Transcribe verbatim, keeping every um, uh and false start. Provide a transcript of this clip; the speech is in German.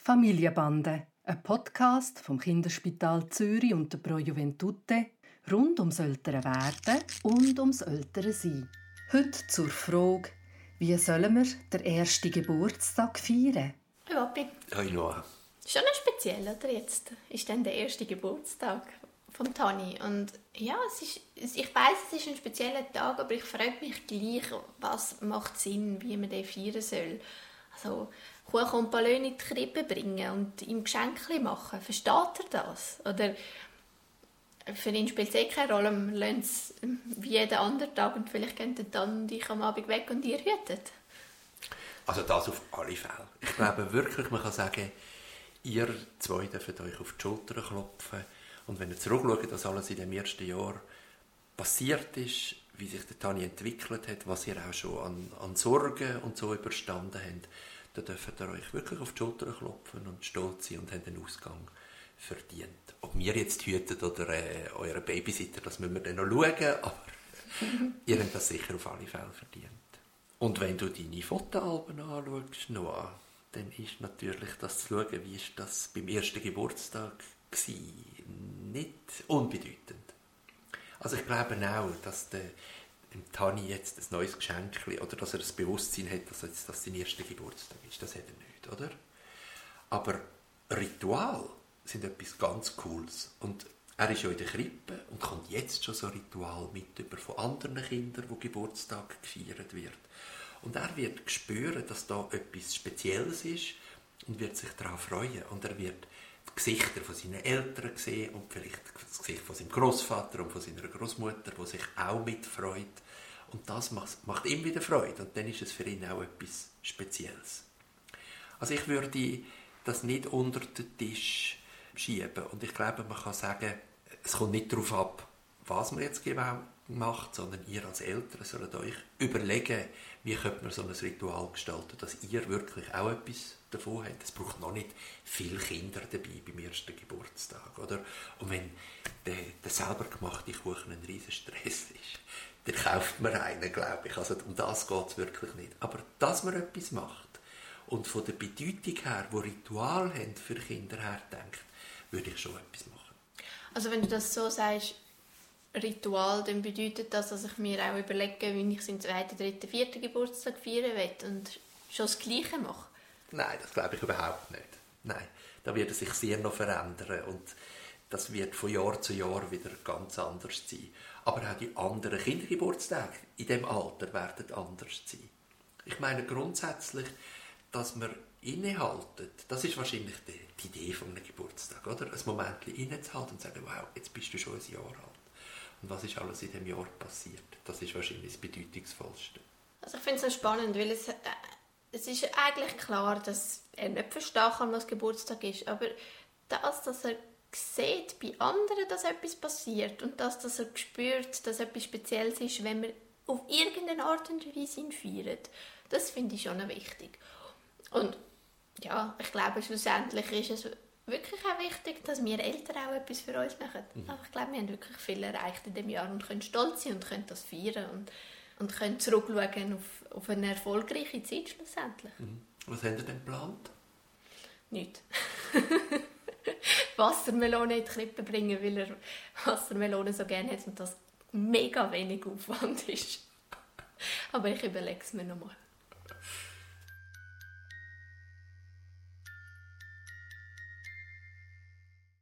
Familienbande, ein Podcast vom Kinderspital Zürich und der Pro Juventute rund ums ältere Werden und ums ältere Sein. Heute zur Frage, wie sollen wir den ersten Geburtstag feiern? Hey Papi. Hi Noah. Schon noch speziell, oder? Jetzt ist dann der erste Geburtstag von Tani. Und ja, es ist, ich weiss, es ist ein spezieller Tag, aber ich frage mich gleich, was macht Sinn, wie man den feiern soll. Also Kuchen und Ballon in die Krippe bringen und ihm Geschenke machen. Versteht er das? Oder für ihn spielt es eh keine Rolle, wir lassen es wie jeden anderen Tag und vielleicht gehen dann und ich am Abend weg und ihr hütet. Also das auf alle Fälle. Ich glaube wirklich, man kann sagen, ihr zwei dürft euch auf die Schulter klopfen und wenn ihr zurückschaut, was alles in dem ersten Jahr passiert ist, wie sich der Tani entwickelt hat, was ihr auch schon an, an Sorgen und so überstanden habt, dann dürft ihr euch wirklich auf die Schulter klopfen und stolz sein und habt den Ausgang verdient. Ob wir jetzt hüten oder äh, euren Babysitter, das müssen wir dann noch schauen, aber ihr habt das sicher auf alle Fälle verdient. Und wenn du deine Fotoalben anschaust, Noah, dann ist natürlich das zu schauen, wie ist das beim ersten Geburtstag war, nicht unbedeutend. Also ich glaube auch, dass der, dem Tani jetzt ein neues Geschenk oder dass er das Bewusstsein hat, dass jetzt das sein erster Geburtstag ist. Das hat er nicht, oder? Aber Rituale sind etwas ganz Cooles. Und er ist ja in der Krippe und kommt jetzt schon so Ritual mit über von anderen Kindern, wo Geburtstag gefeiert wird. Und er wird spüren, dass da etwas Spezielles ist und wird sich darauf freuen. Und er wird die Gesichter von seinen Eltern sehen und vielleicht das Gesicht von seinem Großvater und von seiner Großmutter, die sich auch mitfreut. Und das macht, macht ihm wieder Freude. Und dann ist es für ihn auch etwas Spezielles. Also ich würde das nicht unter den Tisch schieben. Und ich glaube, man kann sagen, es kommt nicht darauf ab, was man jetzt genau macht, sondern ihr als Eltern sollt euch überlegen, wie könnte man so ein Ritual gestalten, dass ihr wirklich auch etwas davon habt. Es braucht noch nicht viele Kinder dabei beim ersten Geburtstag, oder? Und wenn der, der selber gemachte Kuchen ein riesen Stress ist, dann kauft man einen, glaube ich. Also um das geht es wirklich nicht. Aber dass man etwas macht und von der Bedeutung her, wo Ritual haben für Kinder her denkt, würde ich schon etwas machen. Also wenn du das so sagst, Ritual, dann bedeutet das, dass ich mir auch überlege, wie ich seinen zweiten, dritten, vierten Geburtstag feiern will und schon das Gleiche mache? Nein, das glaube ich überhaupt nicht. Nein, da wird es sich sehr noch verändern und das wird von Jahr zu Jahr wieder ganz anders sein. Aber auch die anderen Kindergeburtstage in diesem Alter werden anders sein. Ich meine grundsätzlich, dass man innehalten, das ist wahrscheinlich die, die Idee von einem Geburtstag, oder? Ein Moment innezuhalten und zu sagen, wow, jetzt bist du schon ein Jahr alt. Und was ist alles in diesem Jahr passiert? Das ist wahrscheinlich das Bedeutungsvollste. Also ich finde es so spannend, weil es, äh, es ist eigentlich klar, dass er nicht verstehen kann, was Geburtstag ist, aber das, dass er sieht bei anderen, dass etwas passiert und das, dass er spürt, dass etwas Spezielles ist, wenn man auf irgendeine Art und Weise ihn feiert, das finde ich schon wichtig. Und ja, ich glaube, schlussendlich ist es wirklich auch wichtig, dass wir Eltern auch etwas für uns machen. Mhm. Aber ich glaube, wir haben wirklich viel erreicht in diesem Jahr und können stolz sein und können das feiern und, und können zurückschauen auf, auf eine erfolgreiche Zeit schlussendlich. Mhm. Was habt ihr denn geplant? Nichts. Wassermelone in die Krippe bringen, weil er Wassermelone so gerne hat und das mega wenig Aufwand ist. Aber ich überlege es mir nochmal.